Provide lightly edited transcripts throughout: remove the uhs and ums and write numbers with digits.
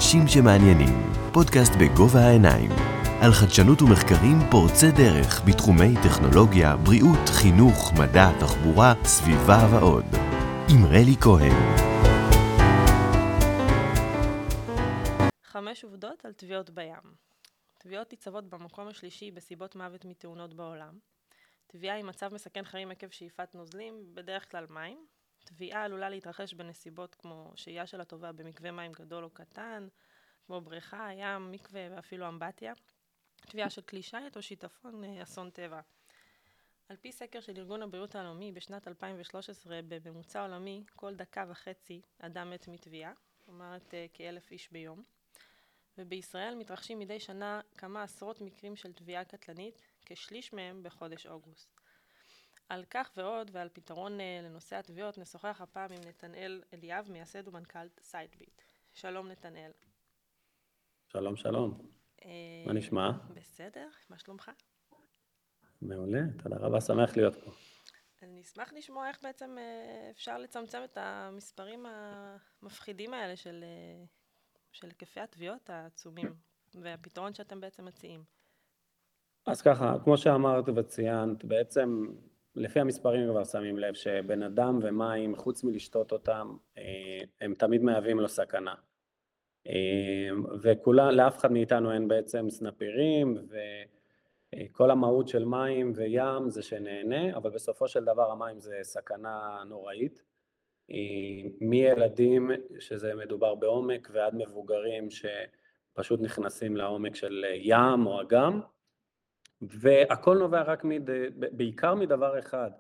אנשים שמעניינים, פודקאסט בגובה העיניים, על חדשנות ומחקרים פורצי דרך בתחומי טכנולוגיה, בריאות, חינוך, מדע, תחבורה, סביבה ועוד. עם רלי כהן. 5 עובדות על טביעות בים. טביעות ניצבות במקום השלישי בסיבות מוות מתאונות בעולם. טביעה היא מצב מסכן חיים עקב שאיפת נוזלים, בדרך כלל מים. טביעה עלולה להתרחש בנסיבות כמו שהייה של הטובע במקווה מים גדול או קטן, כמו בריכה, ים, מקווה ואפילו אמבטיה. טביעה של כלי שיט או שיטפון, אסון טבע. על פי סקר של ארגון הבריאות העולמי בשנת 2013, בממוצע עולמי, כל דקה וחצי אדם מת מטביעה, זאת אומרת כ1,000 איש ביום. ובישראל מתרחשים מדי שנה כמה עשרות מקרים של טביעה קטלנית, כשליש מהם בחודש אוגוסט. על כך ועוד ועל פתרון לנושא הטביעות נשוחח הפעם עם נתנאל אליאב, מייסד ומנכ"ל סייטביט. שלום נתנאל. שלום, שלום. מה נשמע? בסדר, מה שלומך? מעולה, תודה רבה, שמח להיות פה. אני אשמח לשמוע איך בעצם אפשר לצמצם את המספרים המפחידים האלה של היקפי הטביעות העצומים, והפתרון שאתם בעצם מציעים. אז ככה, כמו שאמרת וציינת, בעצם לפי המספרים כבר שמים לב שבן אדם ומים, חוץ מלשתות אותם, הם תמיד מהווים לו סכנה. לאף אחד מאיתנו אין בעצם סנפירים, וכל המהות של מים וים זה שנהנה, אבל בסופו של דבר המים זה סכנה נוראית. מילדים שזה מדובר בעומק ועד מבוגרים שפשוט נכנסים לעומק של ים או אגם, והכל נובע רק בעיקר מדבר אחד,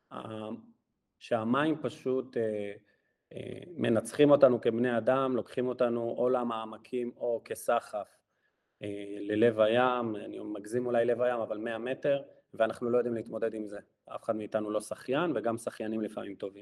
שהמים פשוט מנצחים אותנו כבני אדם, לוקחים אותנו או למעמקים או כסחף ללב הים, אני מגזים אולי לב הים, אבל 100 מטר, ואנחנו לא יודעים להתמודד עם זה. אף אחד מאיתנו לא שחיין, וגם שחיינים לפעמים טובים.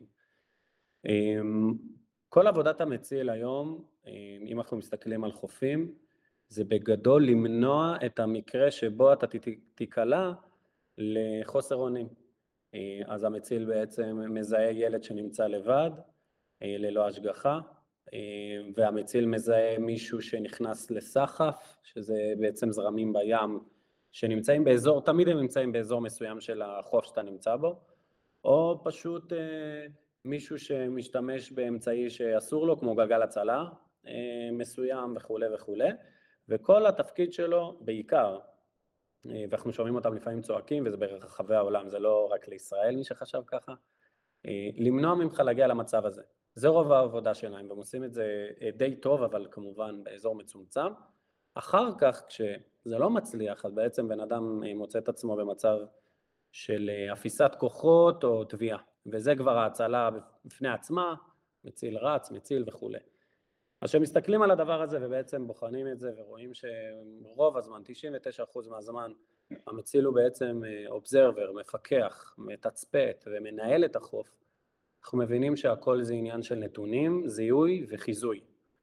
כל עבודת המציל היום, אם אנחנו מסתכלים על חופים, זה בגדול למנוע את המקרה שבו אתה תיקלע לחוסר אונים. אז המציל בעצם מזהה ילד שנמצא לבד, ללא השגחה, והמציל מזהה מישהו שנכנס לסחף, שזה בעצם זרמים בים שנמצאים באזור, תמיד הם נמצאים באזור מסוים של החוף שאתה נמצא בו, או פשוט מישהו שמשתמש באמצעי שאסור לו, כמו גלגל הצלה מסוים וכו' וכו'. וכל התפקיד שלו בעיקר, ואנחנו שומעים אותם לפעמים צועקים, וזה ברחבי העולם, זה לא רק לישראל מי שחשב ככה, למנוע ממך להגיע למצב הזה. זה רוב העבודה שלהם, והם עושים את זה די טוב, אבל כמובן באזור מצומצם. אחר כך, כשזה לא מצליח, אז בעצם בן אדם מוצא את עצמו במצב של אפיסת כוחות או טביעה, וזה כבר ההצלה בפני עצמה, מציל רץ, מציל וכו'. אז שמסתכלים על הדבר הזה ובעצם בוחנים את זה ורואים שרוב הזמן, 99% מהזמן, המציל הוא בעצם אובזרבר, מפקח, מתצפת ומנהל את החוף, אנחנו מבינים שהכל זה עניין של נתונים, זיהוי וחיזוי.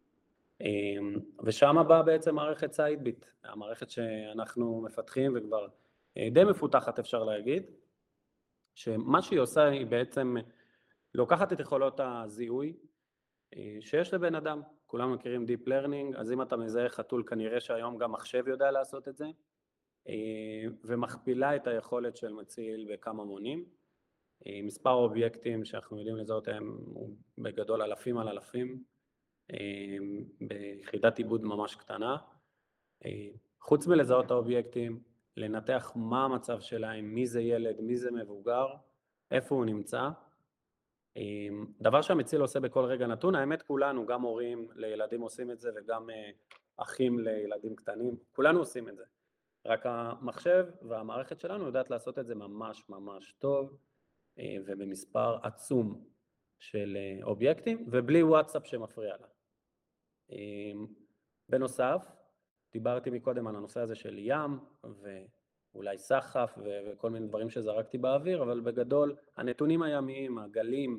ושם באה בעצם מערכת סייטביט, המערכת שאנחנו מפתחים וכבר די מפותחת אפשר להגיד, שמה שהיא עושה היא בעצם לוקחת את יכולות הזיהוי שיש לבן אדם. כולם מכירים Deep Learning, אז אם אתה מזהה חתול כנראה שהיום גם מחשב יודע לעשות את זה, ומכפילה את היכולת של מציל בכמה מונים. מספר אובייקטים שאנחנו יודעים לזהות הם בגדול אלפים על אלפים, ביחידת עיבוד ממש קטנה. חוץ מלזהות האובייקטים, לנתח מה המצב שלהם, מי זה ילד, מי זה מבוגר, איפה הוא נמצא. דבר שהמציל עושה בכל רגע נתון, האמת כולנו, גם הורים לילדים עושים את זה וגם אחים לילדים קטנים, כולנו עושים את זה. רק המחשב והמערכת שלנו יודעת לעשות את זה ממש ממש טוב, ובמספר עצום של אובייקטים, ובלי וואטסאפ שמפריע לה. בנוסף, דיברתי מקודם על הנושא הזה של ים, ואולי סחף וכל מיני דברים שזרקתי באוויר, אבל בגדול הנתונים הימיים, הגלים,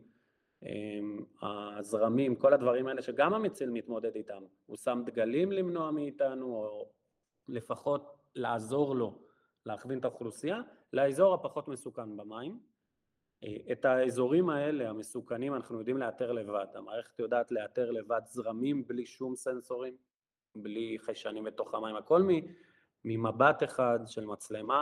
הזרמים, כל הדברים האלה שגם המציל מתמודד איתם, הוא שם דגלים למנוע מאיתנו, או לפחות לעזור לו להכווין את האוכלוסייה, לאזור הפחות מסוכן במים. את האזורים האלה, המסוכנים, אנחנו יודעים לאתר לבד. המערכת יודעת לאתר לבד זרמים בלי שום סנסורים, בלי חיישנים בתוך המים, הכל ממבט אחד של מצלמה,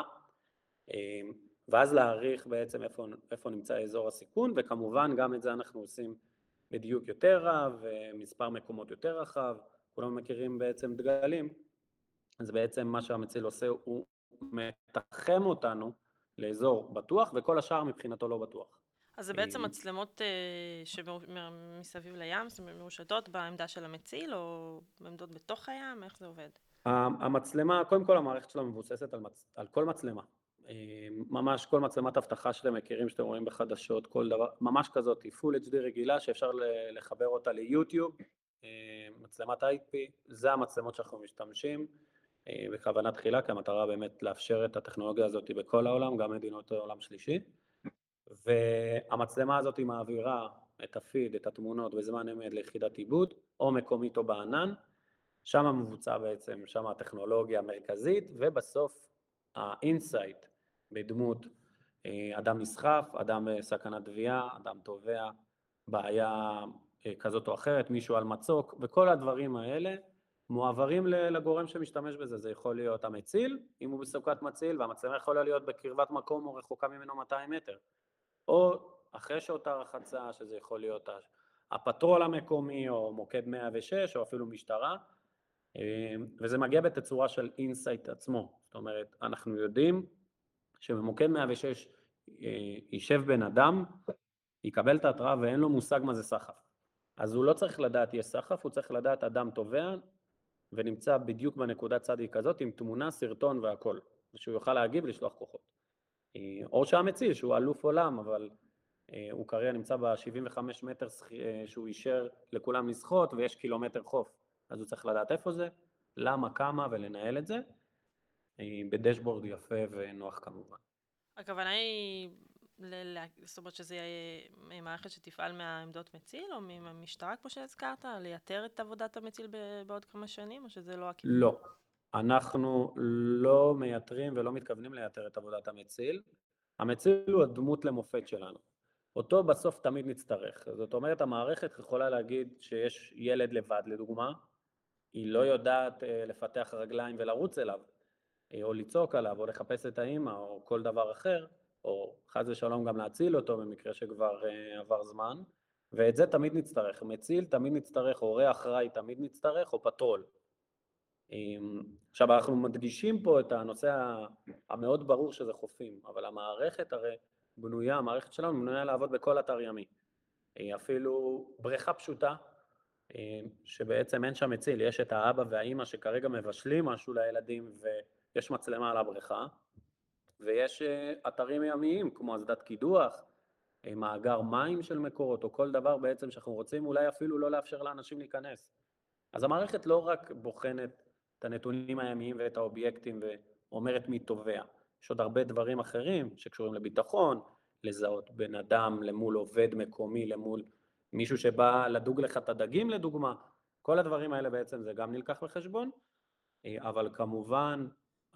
ואז להעריך בעצם איפה נמצא אזור הסיכון, וכמובן גם את זה אנחנו עושים בדיוק יותר רב, ומספר מקומות יותר רחב, כולם מכירים בעצם דגלים, אז בעצם מה שהמציל עושה הוא מתחם אותנו לאזור בטוח, וכל השאר מבחינתו לא בטוח. אז זה בעצם מצלמות שמסביב לים, מרושתות בעמדה של המציל, או בעמדות בתוך הים? איך זה עובד? המצלמה, קודם כל המערכת שלה מבוססת על כל מצלמה. ממש כל מצלמת אבטחה שאתם מכירים, שאתם רואים בחדשות, כל דבר, ממש כזאת, Full HD רגילה שאפשר לחבר אותה ליוטיוב, מצלמת IP, זה המצלמות שאנחנו משתמשים בכוונה תחילה, כי המטרה באמת לאפשר את הטכנולוגיה הזאת בכל העולם, גם מדינות העולם שלישי, והמצלמה הזאת היא מעבירה את הפיד, את התמונות בזמן אמת ליחידת עיבוד, או מקומית או בענן, שם מבוצע בעצם, שם הטכנולוגיה המרכזית, ובסוף האינסייט בדמות אדם נסחף, אדם בסכנת תביעה, אדם תובע, בעיה כזאת או אחרת, מישהו על מצוק, וכל הדברים האלה מועברים לגורם שמשתמש בזה. זה יכול להיות המציל, אם הוא בסוכת מציל, והמצלמה יכולה להיות בקרבת מקום או רחוקה ממנו 200 מטר, או אחרי שעות הרחצה, שזה יכול להיות הפטרול המקומי, או מוקד 106, או אפילו משטרה, וזה מגיע בתצורה של אינסייט עצמו. זאת אומרת, אנחנו יודעים שבמוקד 106 יישב בן אדם, יקבל את ההתראה ואין לו מושג מה זה סחף. אז הוא לא צריך לדעת יש סחף, הוא צריך לדעת אדם תובע, ונמצא בדיוק בנקודת צדי כזאת, עם תמונה, סרטון והכל, ושהוא יוכל להגיב לשלוח כוחות. או שהמציל, שהוא אלוף עולם, אבל הוא כרגע נמצא ב-75 מטר שהוא אישר לכולם לשחות, ויש קילומטר חוף. אז הוא צריך לדעת איפה זה, למה, כמה, ולנהל את זה, בדשבורד יפה ונוח כמובן. הכוונה היא, זאת אומרת שזה יהיה מערכת שתפעל מהעמדות מציל, או מהמשטרה כמו שהזכרת, לייתר את עבודת המציל בעוד כמה שנים, או שזה לא הכיוון? לא, אנחנו לא מייתרים ולא מתכוונים לייתר את עבודת המציל. המציל הוא הדמות למופת שלנו. אותו בסוף תמיד נצטרך. זאת אומרת, המערכת יכולה להגיד שיש ילד לבד, לדוגמה, היא לא יודעת לפתח רגליים ולרוץ אליו, או לצעוק עליו, או לחפש את האמא, או כל דבר אחר, או חס ושלום גם להציל אותו במקרה שכבר עבר זמן, ואת זה תמיד נצטרך. מציל תמיד נצטרך, הורה אחראי תמיד נצטרך, או פטרול. עכשיו אנחנו מדגישים פה את הנושא המאוד ברור שזה חופים, אבל המערכת הרי בנויה, המערכת שלנו בנויה לעבוד בכל אתר ימי. אפילו בריכה פשוטה, שבעצם אין שם מציל, יש את האבא והאימא שכרגע מבשלים משהו לילדים ויש מצלמה על הבריכה, ויש אתרים ימיים כמו אסדת קידוח, מאגר מים של מקורות, או כל דבר בעצם שאנחנו רוצים אולי אפילו לא לאפשר לאנשים להיכנס. אז המערכת לא רק בוחנת את הנתונים הימיים ואת האובייקטים ואומרת מי תובע, יש עוד הרבה דברים אחרים שקשורים לביטחון, לזהות בן אדם למול עובד מקומי, למול מישהו שבא לדוג לך את הדגים לדוגמה, כל הדברים האלה בעצם זה גם נלקח בחשבון, אבל כמובן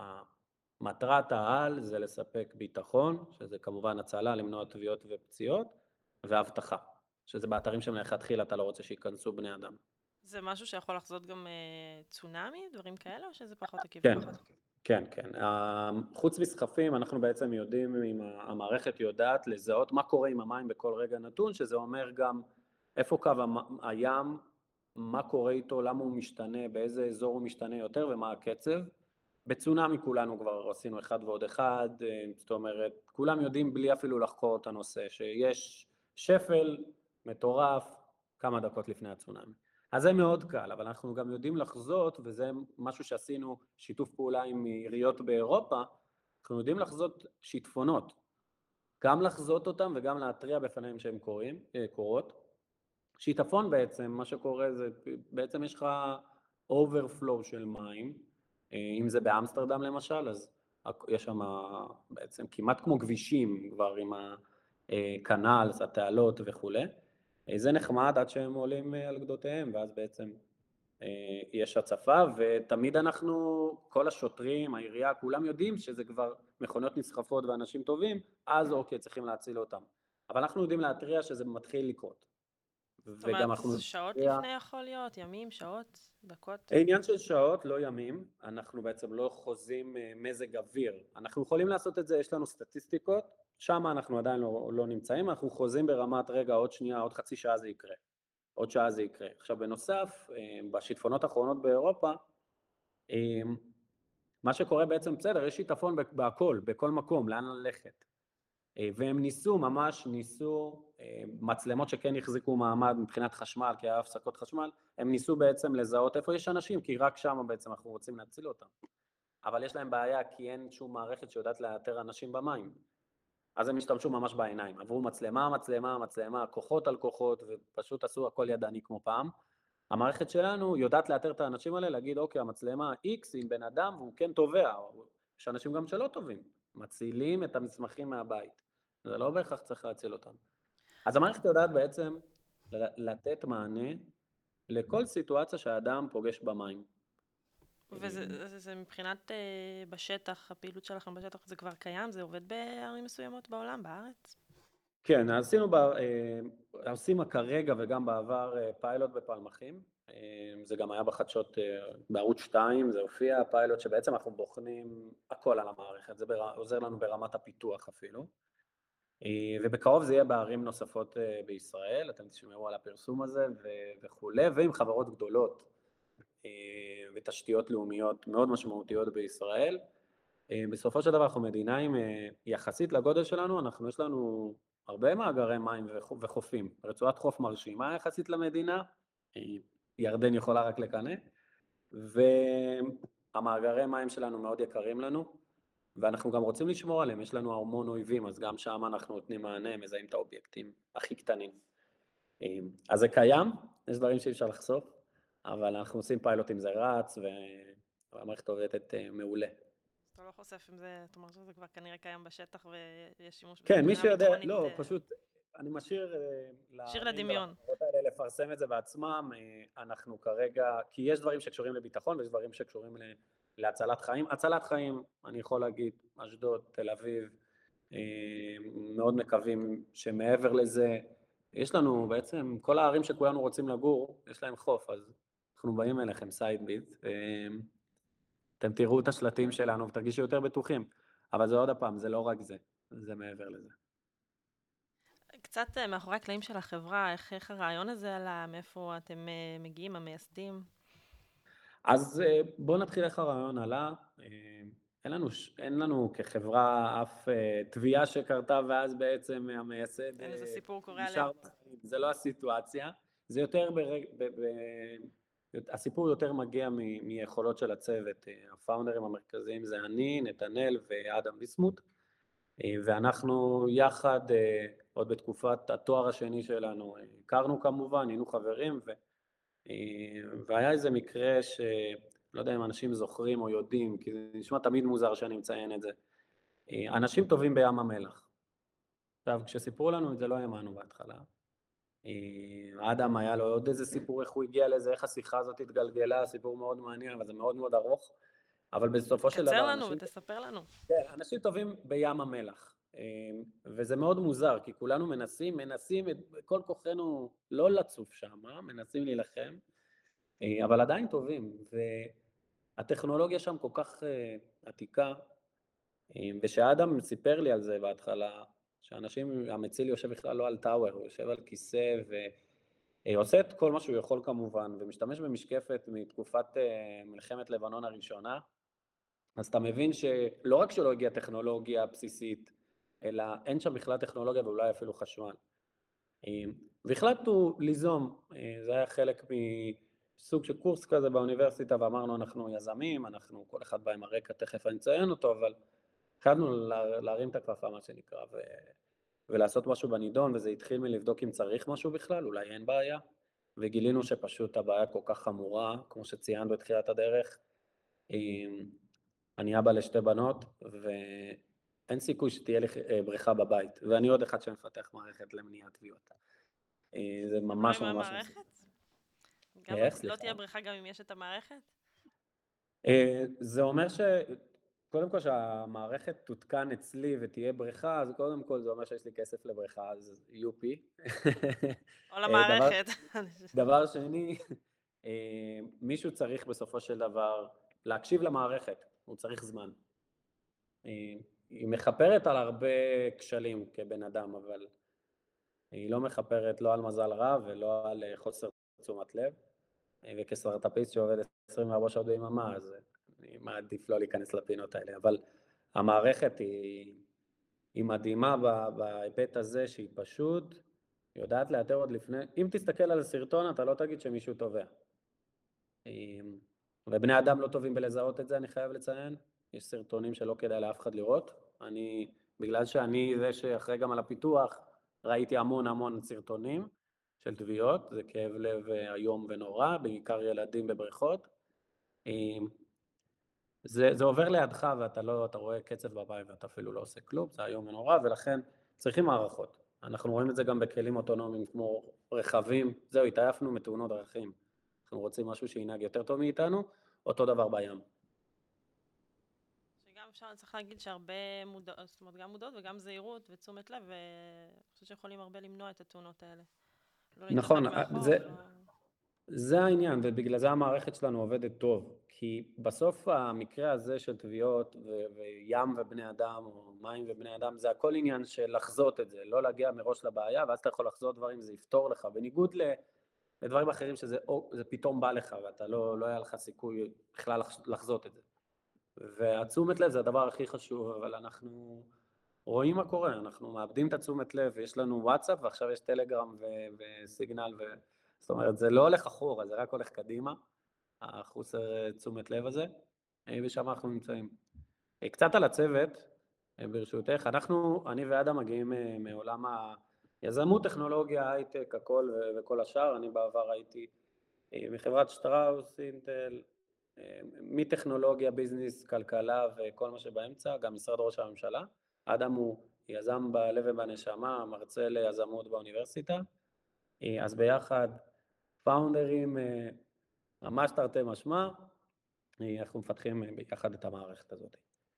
מטרת העל זה לספק ביטחון, שזה כמובן הצלה, למנוע תביעות ופציעות, והבטחה, שזה באתרים שמלכתחילה אתה לא רוצה שיכנסו בני אדם. זה משהו שיכול לחזות גם צונאמי, דברים כאלה, או שזה פחות הכיוון? כן. חוץ מסחפים, אנחנו בעצם יודעים, המערכת יודעת לזהות מה קורה עם המים בכל רגע נתון, שזה אומר גם איפה קו הים, מה קורה איתו, למה הוא משתנה, באיזה אזור הוא משתנה יותר ומה הקצב. בצונאמי כולנו כבר עשינו אחד ועוד אחד, זאת אומרת, כולם יודעים בלי אפילו לחקור את הנושא, שיש שפל מטורף כמה דקות לפני הצונאמי. אז זה מאוד קל, אבל אנחנו גם יודעים לחזות, וזה משהו שעשינו שיתוף פעולה עם עיריות באירופה, אנחנו יודעים לחזות שיטפונות, גם לחזות אותם וגם להתריע בפניהם שהם קורות. שיטפון בעצם, מה שקורה זה, בעצם יש לך overflow של מים, אם זה באמסטרדם למשל, אז יש שם בעצם כמעט כמו כבישים כבר עם הקנלס, התעלות וכו'. זה נחמד עד שהם עולים על גדותיהם, ואז בעצם יש הצפה, ותמיד אנחנו, כל השוטרים, העירייה, כולם יודעים שזה כבר מכוניות נסחפות ואנשים טובים, אז אוקיי, צריכים להציל אותם. אבל אנחנו יודעים להתריע שזה מתחיל לקרות. זאת וגם אומרת, אנחנו זה שעות נשקיע... לפני יכול להיות, ימים, שעות, דקות? עניין של שעות, לא ימים, אנחנו בעצם לא חוזים מזג אוויר. אנחנו יכולים לעשות את זה, יש לנו סטטיסטיקות, שם אנחנו עדיין לא נמצאים, אנחנו חוזים ברמת רגע, עוד שנייה, עוד חצי שעה זה יקרה, עוד שעה זה יקרה. עכשיו בנוסף, בשיטפונות האחרונות באירופה, מה שקורה בעצם, בסדר, יש שיטפון בהכל, בכל מקום, לאן ללכת. והם ממש ניסו, מצלמות שכן החזיקו מעמד מבחינת חשמל, כי היה הפסקות חשמל, הם ניסו בעצם לזהות איפה יש אנשים, כי רק שם בעצם אנחנו רוצים להציל אותם. אבל יש להם בעיה, כי אין שום מערכת שיודעת לאתר אנשים במים. אז הם השתמשו ממש בעיניים, עברו מצלמה, כוחות על כוחות, ופשוט עשו הכל ידני כמו פעם. המערכת שלנו יודעת לאתר את האנשים האלה, להגיד, אוקיי, המצלמה X עם בן אדם, והוא כן תובע, יש אנשים גם שלא טובים, מצילים את המסמכים מהבית. זה לא בהכרח צריך להציל אותם. אז המערכת יודעת בעצם לתת מענה לכל סיטואציה שהאדם פוגש במים. וזה מבחינת בשטח, הפעילות שלכם בשטח, זה כבר קיים? זה עובד בערים מסוימות בעולם, בארץ? כן, עושים כרגע וגם בעבר פיילוט בפלמחים, זה גם היה בחדשות בערוץ 2, זה הופיע, פיילוט שבעצם אנחנו בוחנים הכל על המערכת, זה עוזר לנו ברמת הפיתוח אפילו, ובקרוב זה יהיה בערים נוספות בישראל, אתם תשמעו על הפרסום הזה וכו', ועם חברות גדולות ותשתיות לאומיות מאוד משמעותיות בישראל. בסופו של דבר אנחנו מדינה עם, יחסית לגודל שלנו, יש לנו הרבה מאגרי מים וחופים, רצועת חוף מרשימה יחסית למדינה, ירדן יכולה רק לקנא, והמאגרי מים שלנו מאוד יקרים לנו, ואנחנו גם רוצים לשמור עליהם, יש לנו המון אויבים, אז גם שם אנחנו נותנים מענה, מזהים את האובייקטים הכי קטנים. אז זה קיים, יש דברים שאי אפשר לחשוף, אבל אנחנו עושים פיילוטים, זה רץ, והמערכת עובדת מעולה. אתה לא חושף אם זה, אתה אומר שזה כבר כנראה קיים בשטח ויש שימוש כן, מי מבחינה שיודע, ביטחונית. לא, פשוט, אני משאיר שיר לדמיון. לחברות האלה לפרסם את זה בעצמם, אנחנו כרגע, כי יש דברים שקשורים לביטחון, ויש דברים שקשורים להצלת חיים. הצלת חיים, אני יכול להגיד, אשדוד, תל אביב, מאוד מקווים שמעבר לזה, יש לנו בעצם, כל הערים שכולנו רוצים לגור, יש להם חוף, אז אנחנו באים אליכם, סיידביט, אתם תראו את השלטים שלנו ותרגישו יותר בטוחים, אבל זה עוד הפעם, זה לא רק זה, זה מעבר לזה. קצת מאחורי הקלעים של החברה, איך הרעיון הזה עלה, מאיפה אתם מגיעים, המייסדים? אז בואו נתחיל איך הרעיון עלה, אין לנו כחברה אף תביעה שקרתה, ואז בעצם המייסד... אין איזה סיפור קורא עליה. זה לא הסיטואציה, זה יותר הסיפור יותר מגיע מיכולות של הצוות, הפאונדרים המרכזיים זה אני, נתנאל ואדם ביסמוט, ואנחנו יחד, עוד בתקופת התואר השני שלנו, הכרנו כמובן, היינו חברים, והיה איזה מקרה לא יודע אם אנשים זוכרים או יודעים, כי זה נשמע תמיד מוזר שאני מציין את זה, אנשים טובים בים המלח. עכשיו, כשסיפרו לנו את זה לא האמנו בהתחלה, אדם היה לו עוד איזה סיפור, איך הוא הגיע לזה, איך השיחה הזאת התגלגלה, סיפור מאוד מעניין, אבל זה מאוד מאוד ארוך, אבל בסופו של דבר... תקצר לנו ותספר לנו. כן, אנשים טובים בים המלח, וזה מאוד מוזר, כי כולנו מנסים את כל כוחנו לא לצוף שם, מנסים להילחם, אבל עדיין טובים, והטכנולוגיה שם כל כך עתיקה, ושאדם סיפר לי על זה בהתחלה, שאנשים, המציל יושב בכלל לא על טאוור, הוא יושב על כיסא ועושה את כל מה שהוא יכול כמובן, ומשתמש במשקפת מתקופת מלחמת לבנון הראשונה, אז אתה מבין שלא רק שלא הגיעה טכנולוגיה בסיסית, אלא אין שם בכלל טכנולוגיה ואולי אפילו חשמל. והחלטנו ליזום, זה היה חלק מסוג של קורס כזה באוניברסיטה, ואמרנו אנחנו יזמים, כל אחד בא עם הרקע, תכף אני אציין אותו, אבל החלטנו להרים את הכפפה מה שנקרא, ולעשות משהו בנידון, וזה התחיל מלבדוק אם צריך משהו בכלל, אולי אין בעיה, וגילינו שפשוט הבעיה כל כך חמורה, כמו שציינת בתחילת הדרך, אני אבא לשתי בנות, ואין סיכוי שתהיה לי בריכה בבית, ואני עוד אחד שמפתח מערכת למניעת טביעות. זה ממש ממש... מה עם המערכת? לא תהיה בריכה גם אם יש את המערכת? זה אומר קודם כל שהמערכת תותקן אצלי ותהיה בריכה, אז קודם כל זה אומר שיש לי כסף לבריכה, אז יופי. או דבר, למערכת. דבר שני, מישהו צריך בסופו של דבר להקשיב למערכת, הוא צריך זמן. היא מחפרת על הרבה כשלים כבן אדם, אבל היא לא מחפרת לא על מזל רע ולא על חוסר תשומת לב, וכסטארט-אפיסט שעובד 24 שעות ביממה, אז אני מעדיף לא להיכנס לפינות האלה, אבל המערכת היא מדהימה בהיבט הזה שהיא פשוט יודעת לאתר עוד לפני, אם תסתכל על הסרטון אתה לא תגיד שמישהו טובע. ובני אדם לא טובים בלזהות את זה, אני חייב לציין, יש סרטונים שלא כדאי לאף אחד לראות, בגלל שאני זה שאחרי גם על הפיתוח, ראיתי המון סרטונים של טביעות, זה כאב לב היום ונורא, בעיקר ילדים בבריכות, זה עובר לידך ואתה לא, אתה רואה קצב בבית ואתה אפילו לא עושה כלום, זה היום ונורא, ולכן צריכים מערכות. אנחנו רואים את זה גם בכלים אוטונומיים כמו רכבים, זהו, התעייפנו מתאונות דרכים. אנחנו רוצים משהו שינהג יותר טוב מאיתנו, אותו דבר בים. שגם אפשר, צריך להגיד שהרבה מודעות, זאת אומרת, גם מודעות וגם זהירות ותשומת לב, ואני חושבת שיכולים הרבה למנוע את התאונות האלה. לא נכון, להתרחק מאחור, זה העניין, ובגלל זה המערכת שלנו עובדת טוב, כי בסוף המקרה הזה של טביעות וים ובני אדם, או מים ובני אדם, זה הכל עניין של לחזות את זה, לא להגיע מראש לבעיה, ואז אתה יכול לחזות דברים, זה יפתור לך, בניגוד לדברים אחרים שזה פתאום בא לך, ואתה לא היה לך סיכוי בכלל לחזות את זה. והתשומת לב זה הדבר הכי חשוב, אבל אנחנו רואים מה קורה, אנחנו מאבדים את התשומת לב, ויש לנו וואטסאפ, ועכשיו יש טלגרם וסיגנל, זאת אומרת, זה לא הולך אחורה, זה רק הולך קדימה, החוסר תשומת לב הזה, ושם אנחנו נמצאים. קצת על הצוות, ברשותך, אני ואדם מגיעים מעולם היזמות, טכנולוגיה, הייטק, הכל וכל השאר, אני בעבר הייתי מחברת שטראוס, אינטל, מטכנולוגיה, ביזנס, כלכלה וכל מה שבאמצע, גם משרד ראש הממשלה. אדם הוא יזם בלב ובנשמה, מרצה ליזמות באוניברסיטה, אז ביחד פאונדרים, ממש תרתי משמע, אנחנו מפתחים ביחד את המערכת הזאת.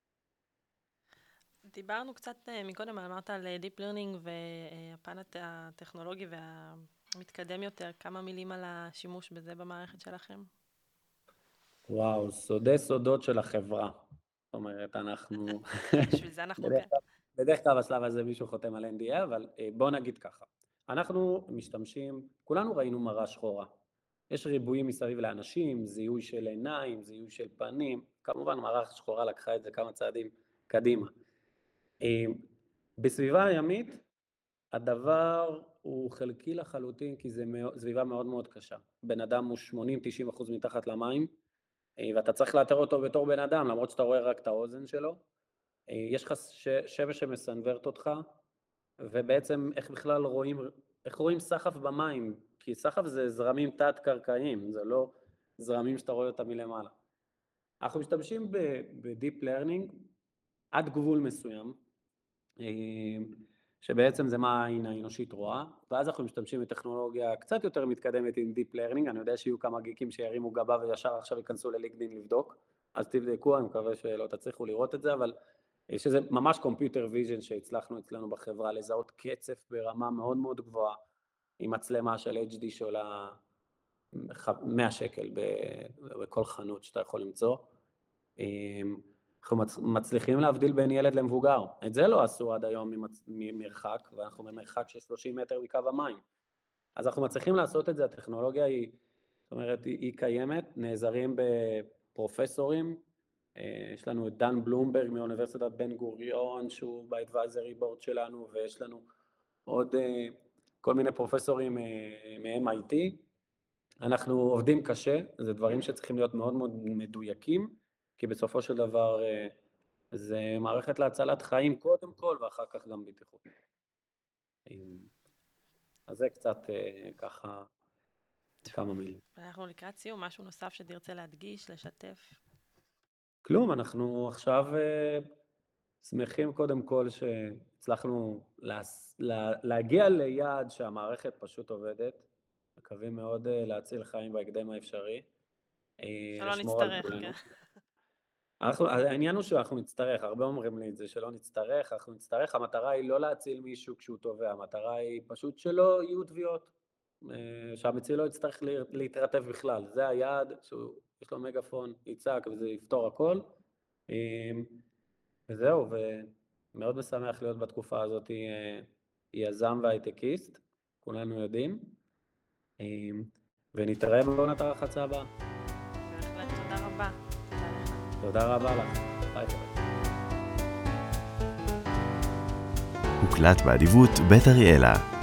דיברנו קצת מקודם, אמרת על Deep Learning והפן הטכנולוגי והמתקדם יותר, כמה מילים על השימוש בזה במערכת שלכם? וואו, סודות של החברה. זאת אומרת, אנחנו... בשביל זה אנחנו כאן. בדרך כלל בשלב הזה מישהו חותם על NDA, אבל בוא נגיד ככה. אנחנו משתמשים, כולנו ראינו מראה שחורה. יש ריבועים מסביב לאנשים, זיהוי של עיניים, זיהוי של פנים, כמובן מראה שחורה לקחה את זה כמה צעדים קדימה. בסביבה הימית, הדבר הוא חלקי לחלוטין, כי זו סביבה מאוד מאוד קשה. בן אדם הוא 80-90% מתחת למים, ואתה צריך לאתר אותו בתור בן אדם, למרות שאתה רואה רק את האוזן שלו. יש לך שבש שמסנוורת אותך, ובעצם איך בכלל רואים סחף במים, כי סחף זה זרמים תת-קרקעיים, זה לא זרמים שאתה רואה אותם מלמעלה. אנחנו משתמשים ב-Deep Learning עד גבול מסוים, שבעצם זה מה העין האנושית רואה, ואז אנחנו משתמשים בטכנולוגיה קצת יותר מתקדמת עם Deep Learning, אני יודע שיהיו כמה גיקים שירימו גבה וישר עכשיו ייכנסו ללינקדין לבדוק, אז תבדקו, אני מקווה שלא תצליחו לראות את זה, אבל שזה ממש Computer Vision שהצלחנו אצלנו בחברה, לזהות קצף ברמה מאוד מאוד גבוהה, עם מצלמה של HD שעולה 100 שקל בכל חנות שאתה יכול למצוא, אנחנו מצליחים להבדיל בין ילד למבוגר, את זה לא עשו עד היום ממרחק, ואנחנו במרחק של 30 מטר מקו המים, אז אנחנו מצליחים לעשות את זה, הטכנולוגיה היא, זאת אומרת, היא קיימת, נעזרים בפרופסורים, יש לנו את דן בלומברג מאוניברסיטת בן גוריון, שהוא ב-advisory board שלנו, ויש לנו עוד כל מיני פרופסורים מ-MIT, אנחנו עובדים קשה, זה דברים שצריכים להיות מאוד מאוד מדויקים, כי בסופו של דבר זה מערכת להצלת חיים קודם כל, ואחר כך גם בטיחות. אז זה קצת ככה כמה מילים. אנחנו לקראת סיום, משהו נוסף שתרצה להדגיש, לשתף? כלום, אנחנו עכשיו שמחים קודם כל שהצלחנו להגיע ליעד שהמערכת פשוט עובדת, מקווים מאוד להציל חיים בהקדם האפשרי. שלא נצטרך, כן. העניין הוא שאנחנו נצטרך, הרבה אומרים לי את זה, שלא נצטרך, אנחנו נצטרך, המטרה היא לא להציל מישהו כשהוא טובע, המטרה היא פשוט שלא יהיו תביעות, שהמציל לא יצטרך להתרטב בכלל, זה היעד, שיש לו מגפון, יצעק וזה יפתור הכל, וזהו, ומאוד משמח להיות בתקופה הזאת יזם והייטקיסט, כולנו יודעים, ונתראה בעונת הרחצה הבאה. בהחלט, תודה רבה. תודה רבה לך. ביי ביי. הוקלט באדיבות בית אריאלה.